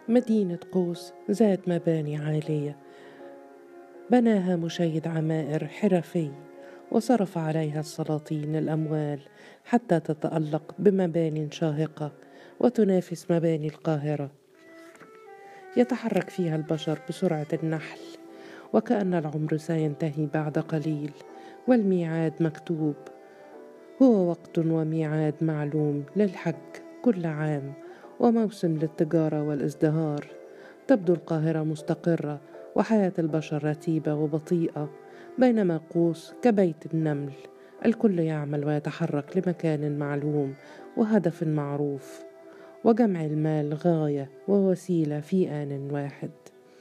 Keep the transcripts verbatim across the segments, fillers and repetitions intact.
مدينة قوس ذات مباني عالية، بناها مشيد عمائر حرفي، وصرف عليها السلاطين الأموال حتى تتألق بمبانٍ شاهقة وتنافس مباني القاهرة. يتحرك فيها البشر بسرعة النحل، وكأن العمر سينتهي بعد قليل، والميعاد مكتوب. هو وقت وميعاد معلوم للحج كل عام، وموسم للتجارة والازدهار. تبدو القاهرة مستقرة، وحياة البشر رتيبة وبطيئة، بينما قوس كبيت النمل، الكل يعمل ويتحرك لمكان معلوم وهدف معروف، وجمع المال غاية ووسيلة في آن واحد.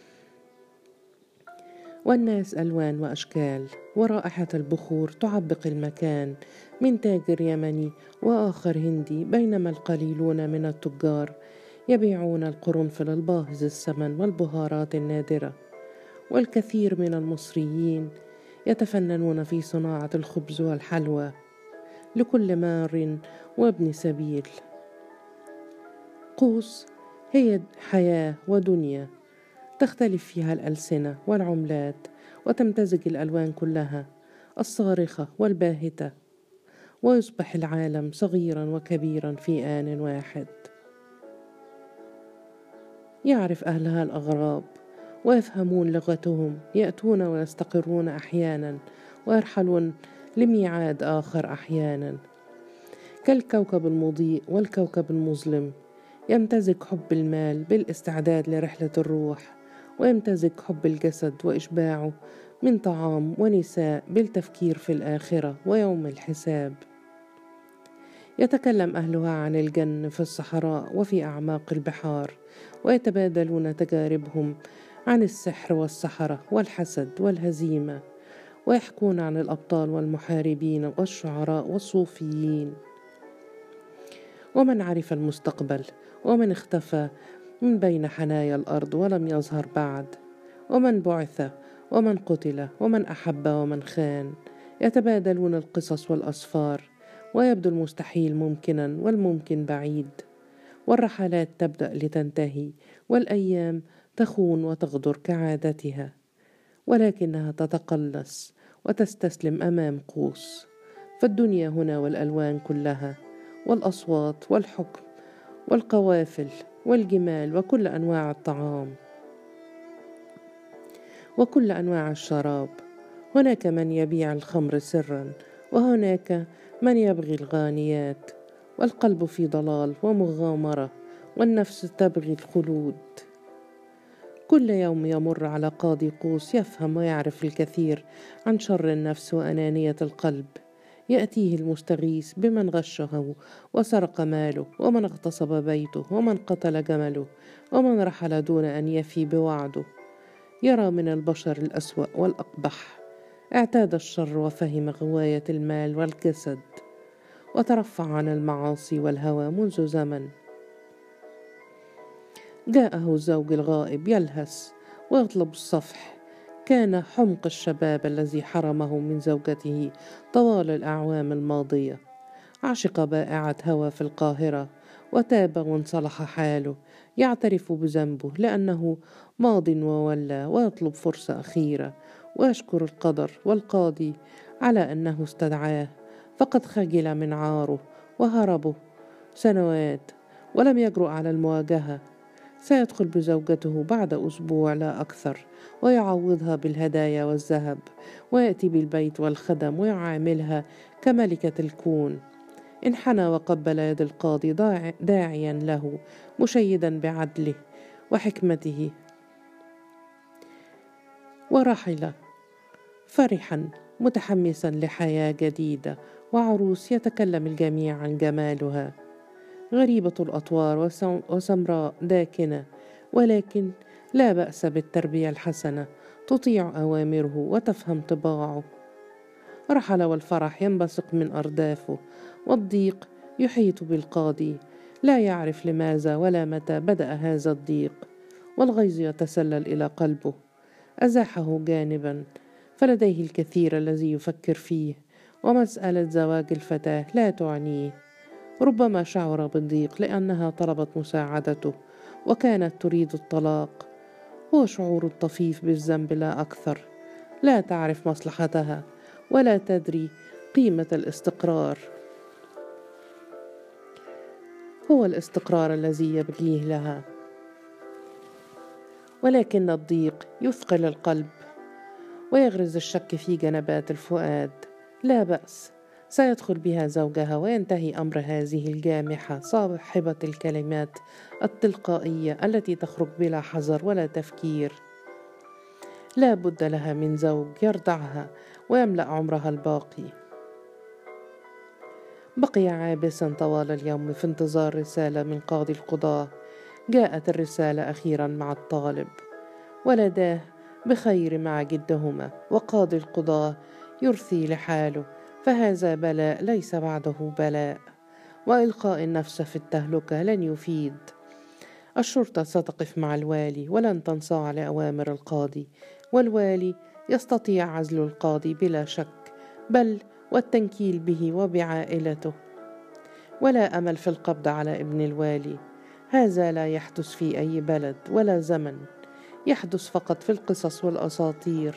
والناس ألوان وأشكال، ورائحة البخور تعبق المكان، من تاجر يمني وآخر هندي، بينما القليلون من التجار يبيعون القرنفل الباهظ الثمن والبهارات النادرة، والكثير من المصريين يتفننون في صناعة الخبز والحلوى لكل مار وابن سبيل. قوس هي حياة ودنيا، تختلف فيها الألسنة والعملات، وتمتزج الألوان كلها الصارخة والباهتة، ويصبح العالم صغيرا وكبيرا في آن واحد. يعرف أهلها الأغراب ويفهمون لغتهم، يأتون ويستقرون أحيانا، ويرحلون لميعاد آخر أحيانا. كالكوكب المضيء والكوكب المظلم، يمتزج حب المال بالاستعداد لرحلة الروح، ويمتزج حب الجسد وإشباعه من طعام ونساء بالتفكير في الآخرة ويوم الحساب. يتكلم أهلها عن الجن في الصحراء وفي أعماق البحار، ويتبادلون تجاربهم عن السحر والسحرة والحسد والهزيمة، ويحكون عن الأبطال والمحاربين والشعراء والصوفيين، ومن عرف المستقبل، ومن اختفى من بين حنايا الأرض ولم يظهر بعد، ومن بعث ومن قتل، ومن أحب ومن خان. يتبادلون القصص والأسفار، ويبدو المستحيل ممكنا والممكن بعيد، والرحلات تبدأ لتنتهي، والأيام تخون وتغدر كعادتها، ولكنها تتقلص وتستسلم أمام قوس. فالدنيا هنا والألوان كلها، والأصوات والحكم والقوافل والجمال وكل أنواع الطعام وكل أنواع الشراب. هناك من يبيع الخمر سرا، وهناك من يبغي الغانيات، والقلب في ضلال ومغامرة، والنفس تبغي الخلود. كل يوم يمر على قاضي قوس يفهم ويعرف الكثير عن شر النفس وأنانية القلب. يأتيه المستغيث بمن غشه وسرق ماله، ومن اغتصب بيته، ومن قتل جمله، ومن رحل دون أن يفي بوعده. يرى من البشر الأسوأ والأقبح، اعتاد الشر وفهم غواية المال والجسد، وترفع عن المعاصي والهوى منذ زمن. جاءه الزوج الغائب يلهث ويطلب الصفح. كان حمق الشباب الذي حرمه من زوجته طوال الأعوام الماضية. عشق بائعة هوى في القاهرة، وتاب وانصلح حاله، يعترف بذنبه لأنه ماض وولى، ويطلب فرصة أخيرة، ويشكر القدر والقاضي على أنه استدعاه، فقد خجل من عاره وهربه سنوات ولم يجرؤ على المواجهة. سيدخل بزوجته بعد أسبوع لا أكثر، ويعوضها بالهدايا والذهب، ويأتي بالبيت والخدم ويعاملها كملكة الكون. انحنى وقبل يد القاضي داعيا له، مشيدا بعدله وحكمته، ورحل فرحا متحمسا لحياة جديدة وعروس يتكلم الجميع عن جمالها، غريبة الأطوار وسمراء داكنة، ولكن لا بأس بالتربية الحسنة، تطيع أوامره وتفهم طباعه. رحل والفرح ينبثق من أردافه، والضيق يحيط بالقاضي، لا يعرف لماذا ولا متى بدأ هذا الضيق، والغيظ يتسلل إلى قلبه. أزاحه جانبا، فلديه الكثير الذي يفكر فيه، ومسألة زواج الفتاة لا تعنيه. ربما شعر بالضيق لأنها طلبت مساعدته وكانت تريد الطلاق. هو شعور طفيف بالذنب لا أكثر. لا تعرف مصلحتها ولا تدري قيمة الاستقرار. هو الاستقرار الذي يبغيه لها، ولكن الضيق يثقل القلب ويغرز الشك في جنبات الفؤاد. لا بأس، سيدخل بها زوجها وينتهي أمر هذه الجامحة صاحبة الكلمات التلقائية التي تخرج بلا حذر ولا تفكير. لا بد لها من زوج يرضعها ويملأ عمرها الباقي. بقي عابسا طوال اليوم في انتظار رسالة من قاضي القضاة. جاءت الرسالة أخيرا مع الطالب. ولداه بخير مع جدهما، وقاضي القضاة يرثي لحاله، فهذا بلاء ليس بعده بلاء، وإلقاء النفس في التهلكة لن يفيد. الشرطة ستقف مع الوالي ولن تنصاع لأوامر القاضي، والوالي يستطيع عزل القاضي بلا شك، بل والتنكيل به وبعائلته. ولا أمل في القبض على ابن الوالي. هذا لا يحدث في أي بلد ولا زمن، يحدث فقط في القصص والأساطير.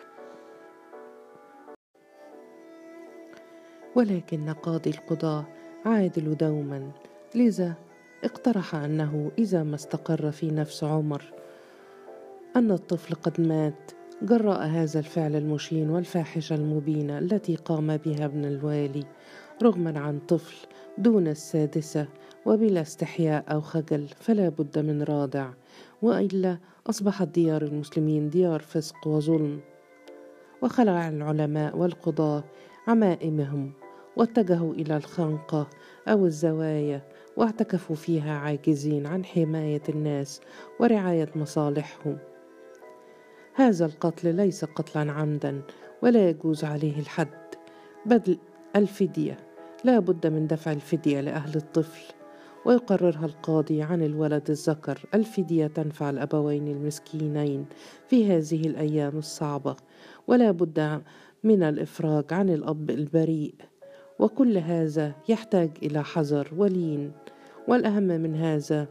ولكن قاضي القضاة عادل دوما، لذا اقترح أنه إذا ما استقر في نفس عمر أن الطفل قد مات جراء هذا الفعل المشين والفاحشة المبينة التي قام بها ابن الوالي، رغما عن طفل دون السادسة وبلا استحياء أو خجل، فلا بد من رادع، وإلا أصبحت ديار المسلمين ديار فسق وظلم. وخلع العلماء والقضاة عمائمهم واتجهوا إلى الخنقة أو الزوايا، واعتكفوا فيها عاجزين عن حماية الناس ورعاية مصالحهم. هذا القتل ليس قتلا عمدا ولا يجوز عليه الحد، بل الفدية. لا بد من دفع الفدية لأهل الطفل، ويقررها القاضي عن الولد الذكر. الفدية تنفع الأبوين المسكينين في هذه الأيام الصعبة، ولا بد من الإفراج عن الأب البريء. وكل هذا يحتاج إلى حذر ولين، والأهم من هذا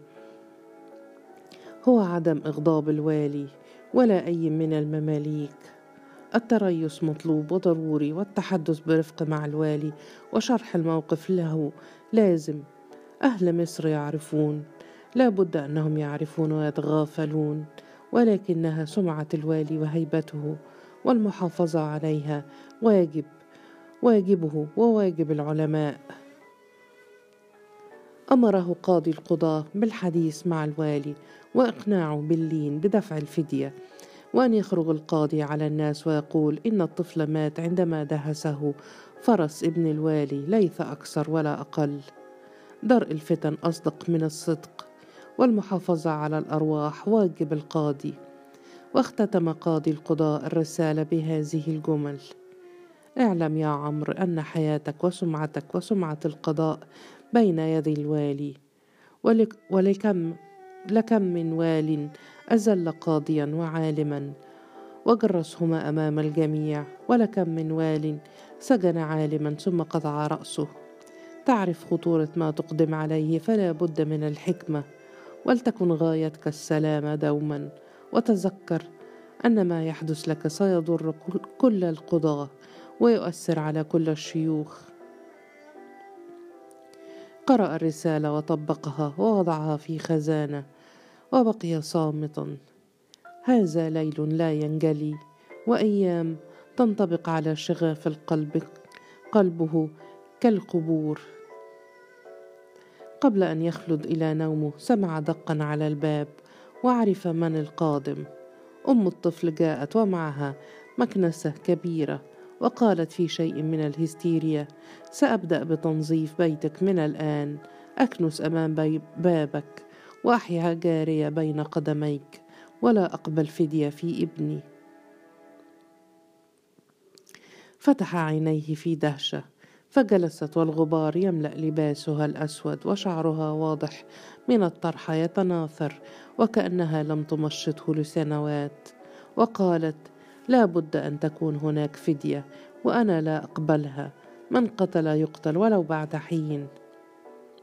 هو عدم إغضاب الوالي ولا أي من المماليك. التريث مطلوب وضروري، والتحدث برفق مع الوالي وشرح الموقف له لازم. أهل مصر يعرفون، لا بد أنهم يعرفون ويتغافلون، ولكنها سمعة الوالي وهيبته، والمحافظة عليها واجب واجبه وواجب العلماء. أمره قاضي القضاة بالحديث مع الوالي وإقناعه باللين بدفع الفدية، وأن يخرج القاضي على الناس ويقول إن الطفل مات عندما دهسه فرس ابن الوالي، ليس أكثر ولا أقل. درء الفتن أصدق من الصدق، والمحافظة على الأرواح واجب القاضي. واختتم قاضي القضاء الرسالة بهذه الجمل: اعلم يا عمرو أن حياتك وسمعتك وسمعة القضاء بين يدي الوالي، ولك ولكم لكم من وال أذل قاضيا وعالما وجرسهما أمام الجميع، ولكم من وال سجن عالما ثم قطع رأسه. تعرف خطورة ما تقدم عليه، فلا بد من الحكمة، ولتكن غايتك السلامة دوما، وتذكر أن ما يحدث لك سيضر كل القضاة ويؤثر على كل الشيوخ. قرأ الرسالة وطبقها ووضعها في خزانة وبقي صامتا. هذا ليل لا ينجلي، وأيام تنطبق على شغاف القلب قلبه كالقبور. قبل أن يخلد إلى نومه سمع دقا على الباب وعرف من القادم. أم الطفل جاءت ومعها مكنسة كبيرة، وقالت في شيء من الهستيريا: سأبدأ بتنظيف بيتك من الآن، أكنس أمام بابك وأحيا جارية بين قدميك، ولا أقبل فدية في ابني. فتح عينيه في دهشة، فجلست والغبار يملأ لباسها الأسود، وشعرها واضح من الطرحة يتناثر وكأنها لم تمشطه لسنوات. وقالت: لا بد أن تكون هناك فدية، وأنا لا أقبلها. من قتل يقتل ولو بعد حين.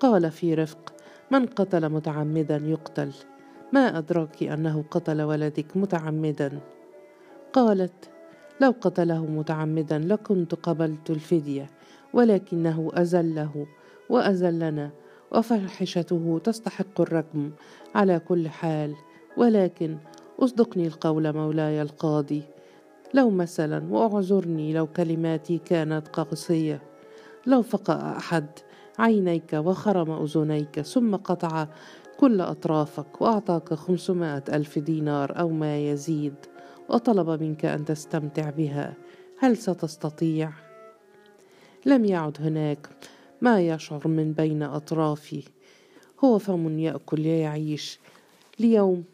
قال في رفق: من قتل متعمدا يقتل، ما أدراك أنه قتل ولدك متعمدا؟ قالت: لو قتله متعمدا لكنت قبلت الفدية، ولكنه أذله وأذلنا، وفاحشته تستحق الرجم على كل حال. ولكن أصدقني القول مولاي القاضي، لو مثلا، وأعذرني لو كلماتي كانت قاسية، لو فقأ أحد عينيك وخرم أذنيك ثم قطع كل أطرافك وأعطاك خمسمائة ألف دينار أو ما يزيد وطلب منك أن تستمتع بها، هل ستستطيع؟ لم يعد هناك ما يشعر من بين أطرافي، هو فم يأكل يعيش ليوم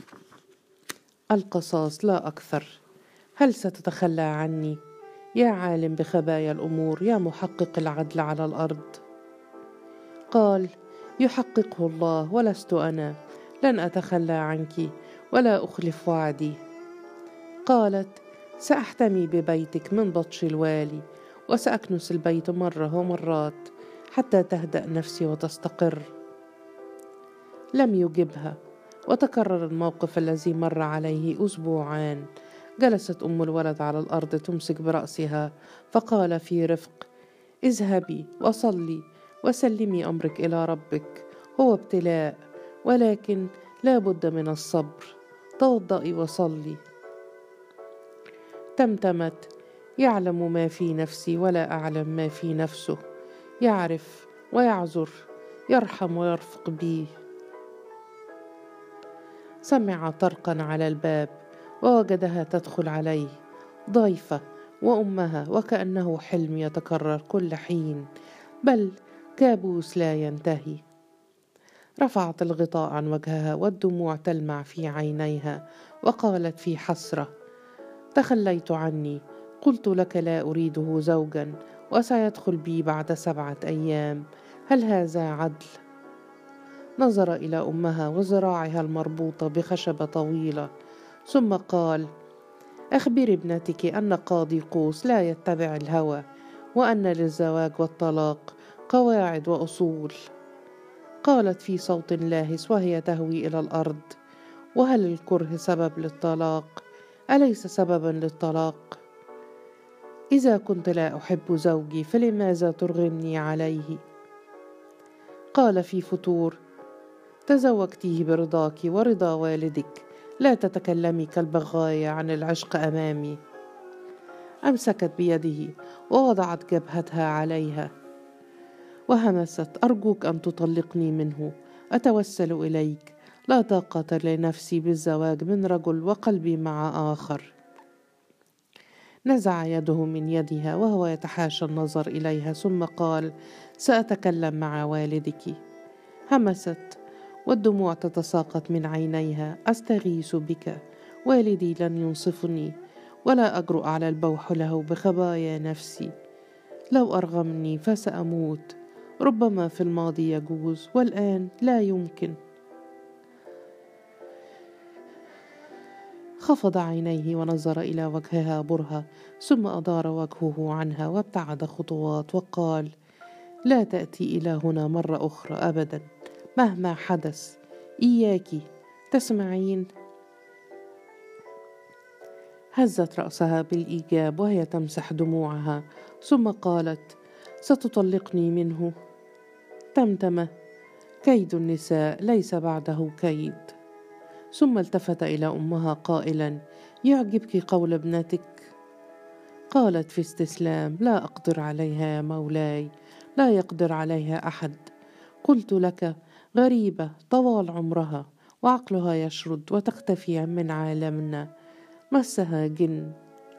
القصاص لا أكثر. هل ستتخلى عني يا عالم بخبايا الأمور، يا محقق العدل على الأرض؟ قال: يحققه الله ولست أنا، لن أتخلى عنك ولا أخلف وعدي. قالت: سأحتمي ببيتك من بطش الوالي، وسأكنس البيت مرة ومرات حتى تهدأ نفسي وتستقر. لم يجبها، وتكرر الموقف الذي مر عليه أسبوعان. جلست أم الولد على الأرض تمسك برأسها، فقال في رفق: اذهبي وصلي وسلمي أمرك إلى ربك، هو ابتلاء ولكن لا بد من الصبر، توضئي وصلي. تمتمت: يعلم ما في نفسي ولا أعلم ما في نفسه، يعرف ويعذر، يرحم ويرفق بي. سمع طرقا على الباب ووجدها تدخل عليه ضيفة وأمها، وكأنه حلم يتكرر كل حين، بل كابوس لا ينتهي. رفعت الغطاء عن وجهها والدموع تلمع في عينيها، وقالت في حسرة: تخليت عني، قلت لك لا أريده زوجا، وسيدخل بي بعد سبعة أيام، هل هذا عدل؟ نظر إلى أمها وذراعها المربوطة بخشبة طويلة، ثم قال: أخبري ابنتك أن قاضي قوس لا يتبع الهوى، وأن للزواج والطلاق قواعد وأصول. قالت في صوت لاهس وهي تهوي إلى الأرض: وهل الكره سبب للطلاق؟ أليس سببا للطلاق؟ إذا كنت لا أحب زوجي فلماذا ترغمني عليه؟ قال في فتور: تزوجتيه برضاك ورضا والدك، لا تتكلمي كالبغاية عن العشق أمامي. أمسكت بيده ووضعت جبهتها عليها وهمست: أرجوك أن تطلقني منه، أتوسل إليك، لا طاقة لنفسي بالزواج من رجل وقلبي مع آخر. نزع يده من يدها وهو يتحاشى النظر إليها، ثم قال: سأتكلم مع والدك. همست والدموع تتساقط من عينيها: أستغيث بك، والدي لن ينصفني، ولا أجرؤ على البوح له بخبايا نفسي، لو أرغمني فسأموت، ربما في الماضي يجوز والآن لا يمكن. خفض عينيه ونظر إلى وجهها برهة، ثم أدار وجهه عنها وابتعد خطوات وقال: لا تأتي إلى هنا مرة أخرى أبدا مهما حدث، إياك، تسمعين؟ هزت رأسها بالإيجاب وهي تمسح دموعها، ثم قالت: ستطلقني منه؟ تمتم: كيد النساء ليس بعده كيد. ثم التفت إلى أمها قائلا: يعجبك قول ابنتك؟ قالت في استسلام: لا أقدر عليها يا مولاي، لا يقدر عليها أحد. قلت لك غريبة طوال عمرها وعقلها يشرد وتختفي من عالمنا، مسها جن.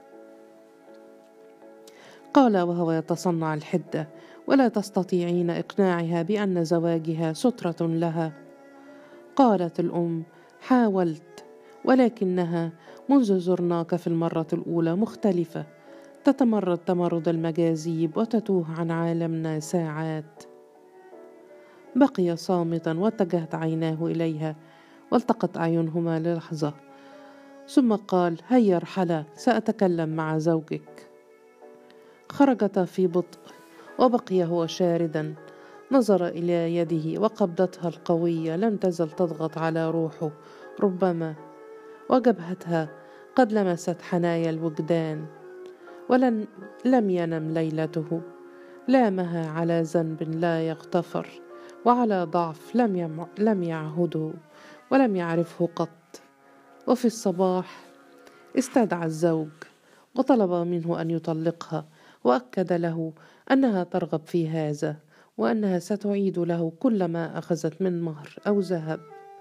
قال وهو يتصنع الحدة: ولا تستطيعين إقناعها بأن زواجها سترة لها. قالت الأم: حاولت، ولكنها منذ زرناك في المرة الأولى مختلفة، تتمرد تمرد المجاذيب وتتوه عن عالمنا ساعات. بقي صامتا واتجهت عيناه إليها والتقت أعينهما للحظة، ثم قال: هيا ارحلا، سأتكلم مع زوجك. خرجتا في بطء وبقي هو شاردا نظر إلى يده وقبضتها القوية لم تزل تضغط على روحه، ربما وجبهتها قد لمست حنايا الوجدان. ولن لم ينم ليلته، لامها على ذنب لا يغتفر، وعلى ضعف لم يم... لم يعهده ولم يعرفه قط. وفي الصباح استدعى الزوج وطلب منه أن يطلقها، وأكد له أنها ترغب في هذا، وأنها ستعيد له كل ما أخذت من مهر أو ذهب.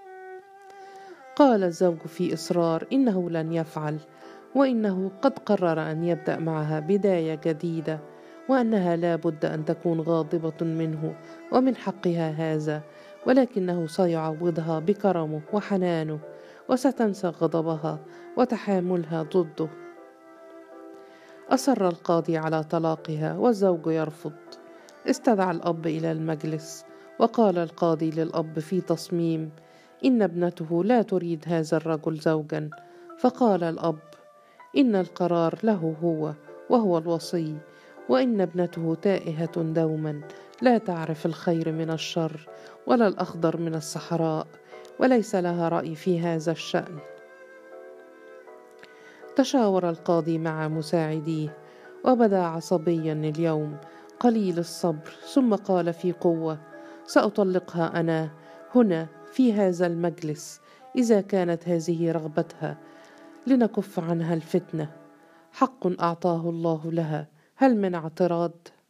قال الزوج في إصرار إنه لن يفعل، وإنه قد قرر أن يبدأ معها بداية جديدة، وأنها لا بد أن تكون غاضبة منه ومن حقها هذا، ولكنه سيعوضها بكرمه وحنانه، وستنسى غضبها وتحاملها ضده. أصر القاضي على طلاقها والزوج يرفض. استدعى الأب إلى المجلس، وقال القاضي للأب في تصميم إن ابنته لا تريد هذا الرجل زوجا. فقال الأب إن القرار له هو، وهو الوصي، وإن ابنته تائهة دوما لا تعرف الخير من الشر ولا الأخضر من الصحراء، وليس لها رأي في هذا الشأن. تشاور القاضي مع مساعديه وبدا عصبيا اليوم قليل الصبر، ثم قال في قوة سأطلقها أنا هنا في هذا المجلس إذا كانت هذه رغبتها، لنكف عنها الفتنة. حق أعطاه الله لها، هل من اعتراض؟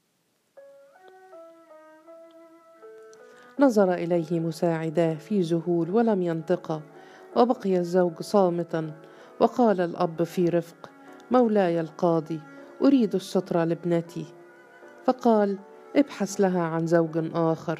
نظر إليه مساعداه في ذهول ولم ينطقا، وبقي الزوج صامتا. وقال الأب في رفق مولاي القاضي أريد الستر لابنتي. فقال ابحث لها عن زوج آخر.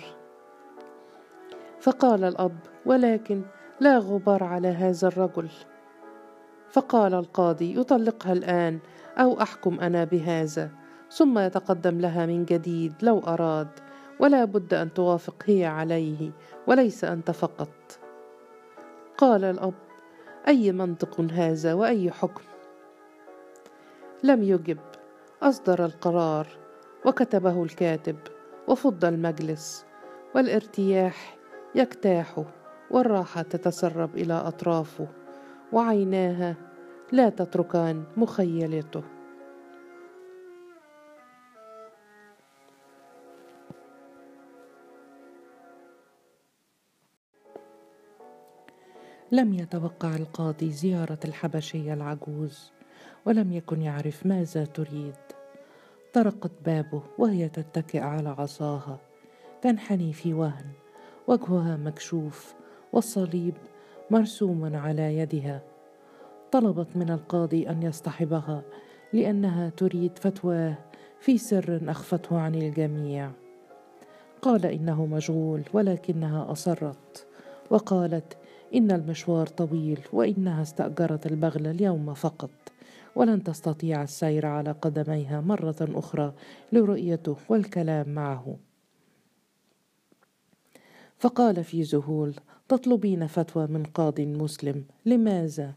فقال الأب ولكن لا غبار على هذا الرجل. فقال القاضي يطلقها الآن أو أحكم أنا بهذا، ثم يتقدم لها من جديد لو أراد، ولا بد أن توافق هي عليه وليس أنت فقط. قال الأب أي منطق هذا وأي حكم؟ لم يجب. أصدر القرار وكتبه الكاتب، وفض المجلس، والارتياح يجتاحه، والراحة تتسرب إلى أطرافه، وعيناها لا تتركان مخيلته. لم يتوقع القاضي زيارة الحبشية العجوز، ولم يكن يعرف ماذا تريد. طرقت بابه وهي تتكئ على عصاها، تنحني في وهن، وجهها مكشوف والصليب مرسوم على يدها. طلبت من القاضي أن يصطحبها لأنها تريد فتواه في سر أخفته عن الجميع. قال إنه مشغول، ولكنها أصرت وقالت إن المشوار طويل، وإنها استأجرت البغل اليوم فقط، ولن تستطيع السير على قدميها مرة أخرى لرؤيته والكلام معه. فقال في ذهول تطلبين فتوى من قاض مسلم، لماذا؟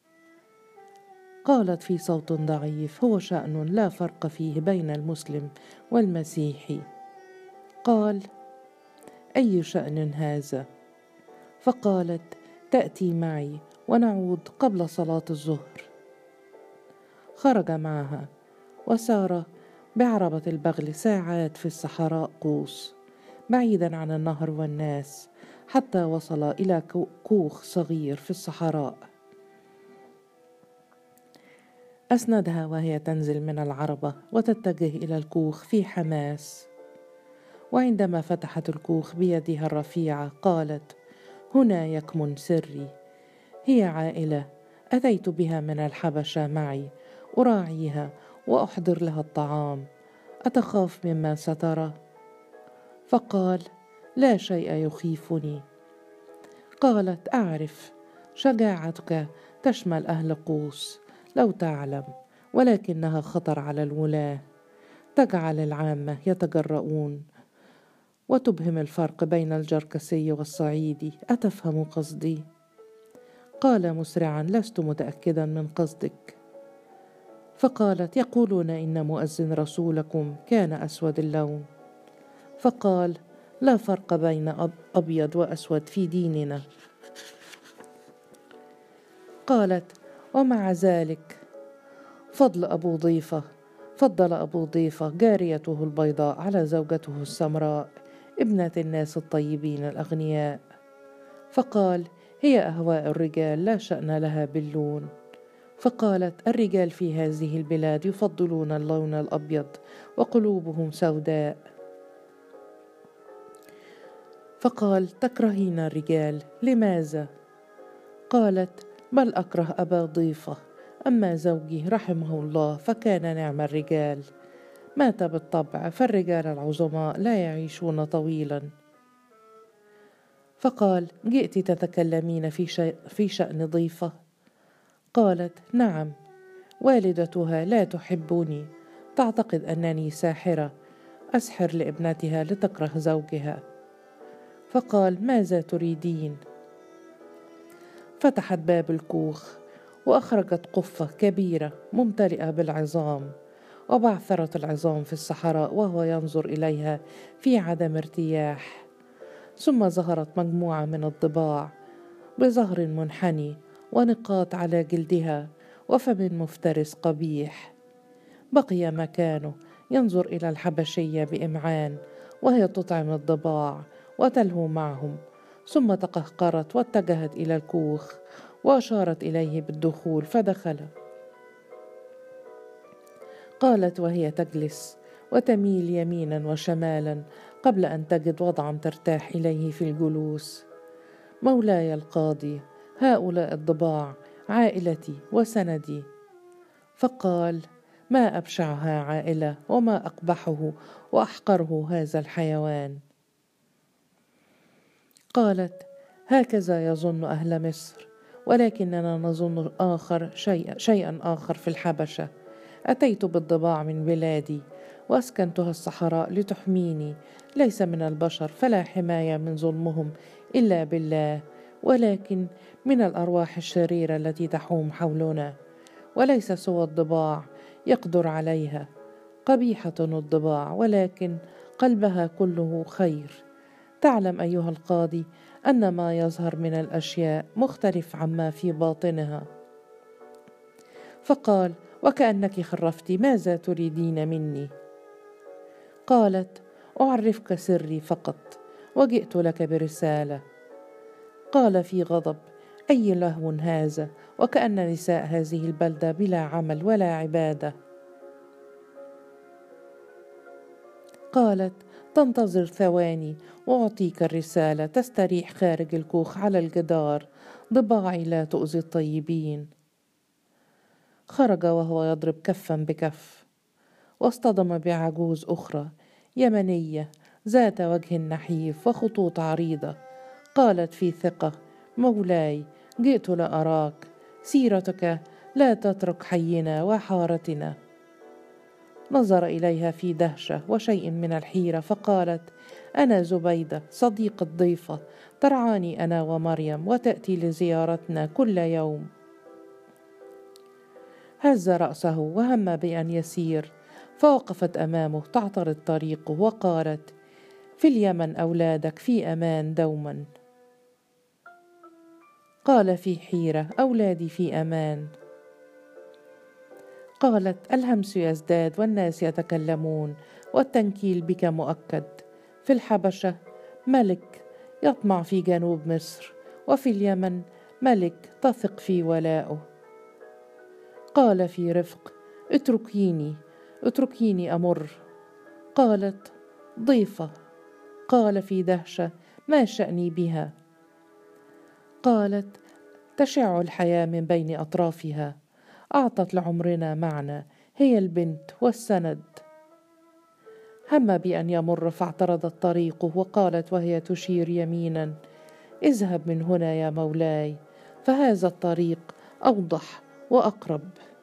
قالت في صوت ضعيف هو شأن لا فرق فيه بين المسلم والمسيحي. قال أي شأن هذا؟ فقالت تأتي معي ونعود قبل صلاة الظهر. خرج معها وسار بعربة البغل ساعات في الصحراء قوس، بعيدا عن النهر والناس، حتى وصل إلى كوخ صغير في الصحراء. أسندها وهي تنزل من العربة وتتجه إلى الكوخ في حماس. وعندما فتحت الكوخ بيدها الرفيعة قالت هنا يكمن سري. هي عائلة أتيت بها من الحبشة معي، أراعيها وأحضر لها الطعام، أتخاف مما سترى؟ فقال لا شيء يخيفني. قالت أعرف، شجاعتك تشمل أهل قوس لو تعلم، ولكنها خطر على الولاة، تجعل العامة يتجرؤون وتبهم الفرق بين الجركسي والصعيدي. أتفهم قصدي؟ قال مسرعا لست متأكدا من قصدك. فقالت يقولون إن مؤذن رسولكم كان أسود اللون. فقال لا فرق بين أبيض وأسود في ديننا. قالت: ومع ذلك فضل أبو ضيفة فضل أبو ضيفة جاريته البيضاء على زوجته السمراء ابنة الناس الطيبين الأغنياء، فقال: هي أهواء الرجال لا شأن لها باللون. فقالت: الرجال في هذه البلاد يفضلون اللون الأبيض وقلوبهم سوداء. فقال: تكرهين الرجال، لماذا؟ قالت: بل أكره أبا ضيفة، أما زوجي رحمه الله فكان نعم الرجال، مات بالطبع، فالرجال العظماء لا يعيشون طويلا. فقال: جئت تتكلمين في, شيء في شأن ضيفة؟ قالت: نعم، والدتها لا تحبني، تعتقد أنني ساحرة أسحر لابنتها لتكره زوجها. فقال: ماذا تريدين؟ فتحت باب الكوخ وأخرجت قفة كبيرة ممتلئة بالعظام، وبعثرت العظام في الصحراء وهو ينظر إليها في عدم ارتياح. ثم ظهرت مجموعة من الضباع بظهر منحني ونقاط على جلدها وفم مفترس قبيح. بقي مكانه ينظر إلى الحبشية بإمعان وهي تطعم الضباع وتلهو معهم، ثم تقهقرت واتجهت إلى الكوخ وأشارت إليه بالدخول فدخل. قالت وهي تجلس وتميل يمينا وشمالا قبل أن تجد وضعا ترتاح إليه في الجلوس: مولاي القاضي، هؤلاء الضباع عائلتي وسندي. فقال: ما أبشعها عائلة وما أقبحه وأحقره هذا الحيوان. قالت: هكذا يظن أهل مصر، ولكننا نظن آخر شيء شيئا آخر في الحبشة. أتيت بالضباع من بلادي وأسكنتها الصحراء لتحميني، ليس من البشر فلا حماية من ظلمهم إلا بالله، ولكن من الأرواح الشريرة التي تحوم حولنا، وليس سوى الضباع يقدر عليها. قبيحة الضباع ولكن قلبها كله خير. تعلم أيها القاضي أن ما يظهر من الأشياء مختلف عما في باطنها. فقال: وكأنك خرفت، ماذا تريدين مني؟ قالت: أعرفك سري فقط، وجئت لك برسالة. قال في غضب: أي لهو هذا، وكأن نساء هذه البلدة بلا عمل ولا عبادة. قالت: تنتظر ثواني وأعطيك الرسالة، تستريح خارج الكوخ على الجدار، ضباعي لا تؤذي الطيبين. خرج وهو يضرب كفا بكف، واصطدم بعجوز أخرى يمنية ذات وجه نحيف وخطوط عريضة. قالت في ثقة: مولاي، جئت لأراك، سيرتك لا تترك حينا وحارتنا. نظر إليها في دهشة وشيء من الحيرة فقالت: أنا زبيدة صديقة ضيفة، ترعاني أنا ومريم وتأتي لزيارتنا كل يوم. هز رأسه وهم بأن يسير، فوقفت أمامه تعترض طريقه وقالت: في اليمن أولادك في أمان دوما. قال في حيرة: أولادي في أمان. قالت: الهمس يزداد والناس يتكلمون والتنكيل بك مؤكد. في الحبشة ملك يطمع في جنوب مصر، وفي اليمن ملك تثق في ولائه. قال في رفق: اتركيني اتركيني أمر. قالت: ضيفة. قال في دهشة: ما شأني بها؟ قالت: تشع الحياة من بين أطرافها، أعطت لعمرنا معنى، هي البنت والسند. هم بأن يمر فاعترضت طريقه وقالت وهي تشير يمينا: اذهب من هنا يا مولاي، فهذا الطريق أوضح وأقرب.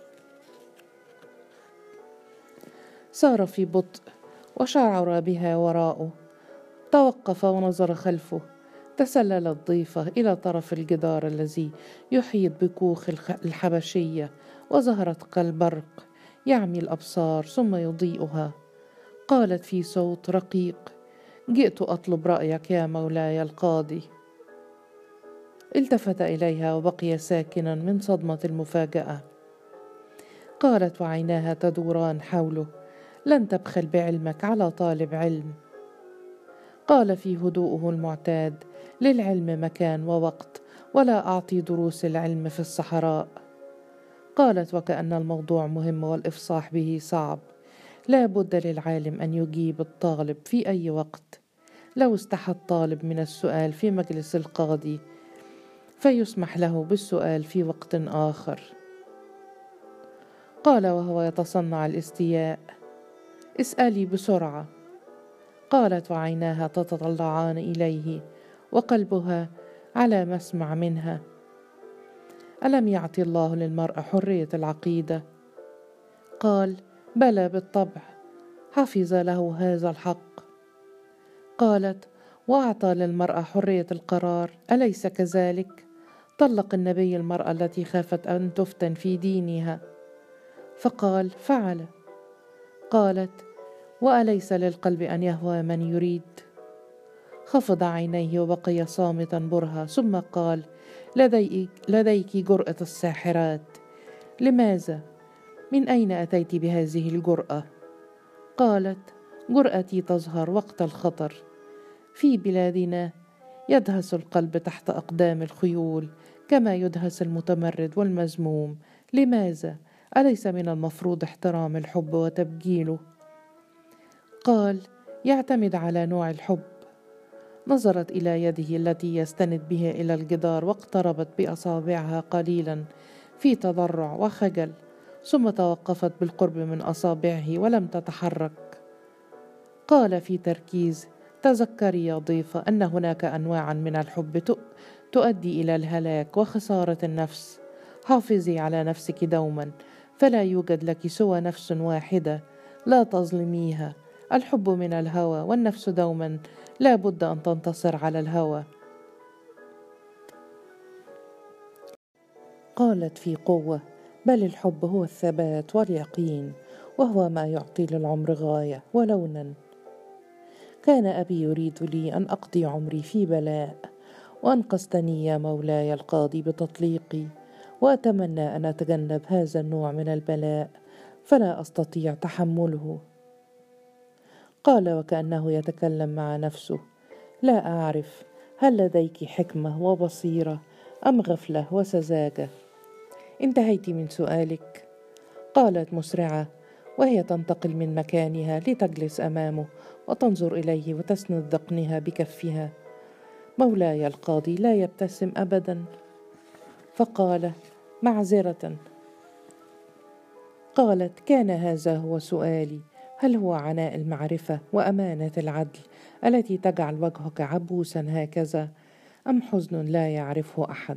سار في بطء وشعر بها وراءه، توقف ونظر خلفه. تسللت ضيفة إلى طرف الجدار الذي يحيط بكوخ الحبشية، وظهرت كالبرق يعمي الأبصار ثم يضيئها. قالت في صوت رقيق: جئت أطلب رأيك يا مولاي القاضي. التفت إليها وبقي ساكنا من صدمة المفاجأة. قالت وعيناها تدوران حوله: لن تبخل بعلمك على طالب علم. قال في هدوءه المعتاد: للعلم مكان ووقت، ولا أعطي دروس العلم في الصحراء. قالت وكأن الموضوع مهم والإفصاح به صعب: لا بد للعالم أن يجيب الطالب في أي وقت. لو استحى الطالب من السؤال في مجلس القاضي فيسمح له بالسؤال في وقت آخر. قال وهو يتصنع الاستياء: اسألي بسرعة. قالت وعيناها تتطلعان إليه وقلبها على مسمع منها: ألم يعطي الله للمرء حرية العقيدة؟ قال: بلى بالطبع، حفظ له هذا الحق. قالت: وأعطى للمرأة حرية القرار، أليس كذلك؟ طلق النبي المرأة التي خافت أن تفتن في دينها. فقال: فعل. قالت: وأليس للقلب أن يهوى من يريد؟ خفض عينيه وبقي صامتا برهة، ثم قال: لديك, لديك جرأة الساحرات. لماذا؟ من أين أتيت بهذه الجرأة؟ قالت: جرأتي تظهر وقت الخطر. في بلادنا يدهس القلب تحت أقدام الخيول كما يدهس المتمرد والمذموم. لماذا؟ أليس من المفروض احترام الحب وتبجيله؟ قال: يعتمد على نوع الحب. نظرت إلى يده التي يستند بها إلى الجدار واقتربت بأصابعها قليلا في تضرع وخجل، ثم توقفت بالقرب من أصابعه ولم تتحرك. قال في تركيز: تذكري يا ضيفة أن هناك أنواعا من الحب تؤدي إلى الهلاك وخسارة النفس. حافظي على نفسك دوما، فلا يوجد لك سوى نفس واحدة، لا تظلميها. الحب من الهوى، والنفس دوما لا بد أن تنتصر على الهوى. قالت في قوة: بل الحب هو الثبات واليقين، وهو ما يعطي للعمر غاية ولونا. كان أبي يريد لي أن أقضي عمري في بلاء، وأنقذتني يا مولاي القاضي بتطليقي، وأتمنى أن أتجنب هذا النوع من البلاء، فلا أستطيع تحمله. قال وكأنه يتكلم مع نفسه: لا أعرف، هل لديك حكمة وبصيرة أم غفلة وسذاجة؟ انتهيت من سؤالك؟ قالت مسرعة وهي تنتقل من مكانها لتجلس أمامه وتنظر إليه وتسند ذقنها بكفها: مولاي القاضي لا يبتسم أبدا. فقال: معذرة. قالت: كان هذا هو سؤالي، هل هو عناء المعرفة وأمانة العدل التي تجعل وجهك عبوسا هكذا، أم حزن لا يعرفه أحد؟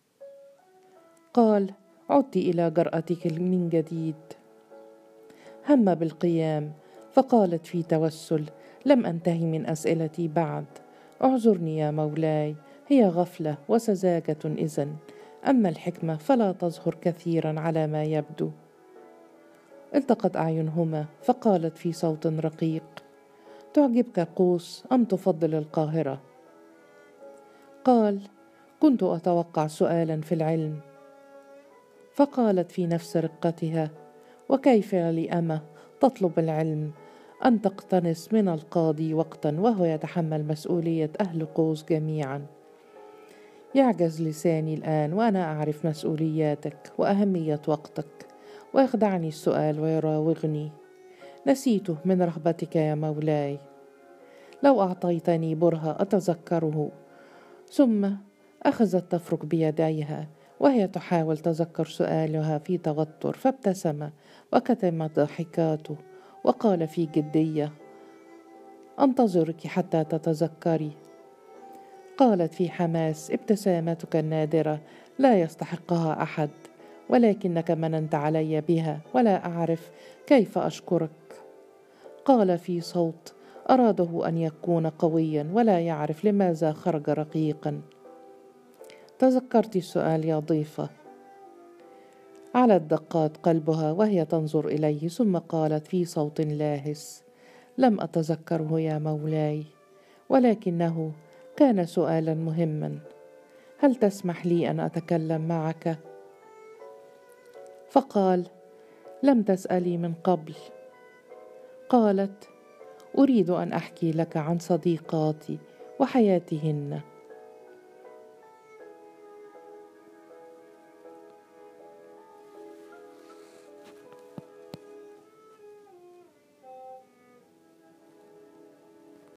قال: عدت إلى جرأتك من جديد. هم بالقيام، فقالت في توسل: لم أنتهي من أسئلتي بعد، اعذرني يا مولاي، هي غفلة وسذاجة إذن، أما الحكمة فلا تظهر كثيرا على ما يبدو. التقت أعينهما، فقالت في صوت رقيق: تعجبك قوس أم تفضل القاهرة؟ قال: كنت أتوقع سؤالا في العلم. فقالت في نفس رقتها: وكيف لأمة تطلب العلم أن تقتنص من القاضي وقتا وهو يتحمل مسؤولية أهل قوس جميعا؟ يعجز لساني الآن وأنا أعرف مسؤولياتك وأهمية وقتك، ويخدعني السؤال ويراوغني. نسيته من رهبتك يا مولاي. لو أعطيتني برهة أتذكره. ثم أخذت تفرك بيديها وهي تحاول تذكر سؤالها في توتر، فابتسم وكتمت ضحكاته وقال في جدية: أنتظرك حتى تتذكري. قالت في حماس: ابتسامتك النادرة لا يستحقها أحد، ولكنك مننت علي بها ولا أعرف كيف أشكرك. قال في صوت أراده أن يكون قويا ولا يعرف لماذا خرج رقيقا: تذكرت السؤال يا ضيفة. علت دقات قلبها وهي تنظر إليه، ثم قالت في صوت لاهس: لم أتذكره يا مولاي، ولكنه كان سؤالا مهما: هل تسمح لي أن أتكلم معك؟ فقال: لم تسألي من قبل. قالت: أريد أن أحكي لك عن صديقاتي وحياتهن.